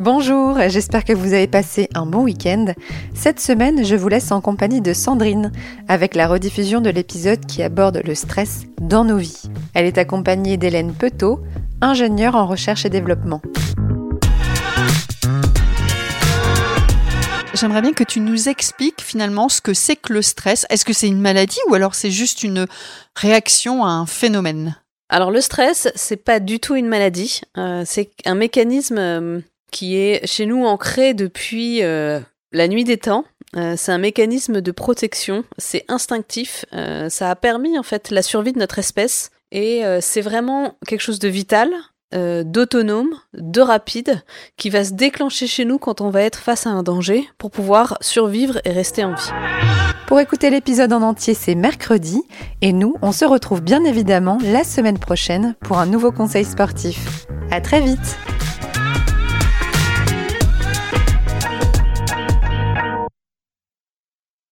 Bonjour, j'espère que vous avez passé un bon week-end. Cette semaine, je vous laisse en compagnie de Sandrine, avec la rediffusion de l'épisode qui aborde le stress dans nos vies. Elle est accompagnée d'Hélène Petot, ingénieure en recherche et développement. J'aimerais bien que tu nous expliques finalement ce que c'est que le stress. Est-ce que c'est une maladie ou alors c'est juste une réaction à un phénomène ? Alors le stress, c'est pas du tout une maladie. C'est un mécanisme qui est chez nous ancré depuis la nuit des temps. C'est un mécanisme de protection. C'est instinctif. Ça a permis en fait la survie de notre espèce et c'est vraiment quelque chose de vital. D'autonome, de rapide, qui va se déclencher chez nous quand on va être face à un danger pour pouvoir survivre et rester en vie. Pour écouter l'épisode en entier, c'est mercredi et nous, on se retrouve bien évidemment la semaine prochaine pour un nouveau conseil sportif. À très vite!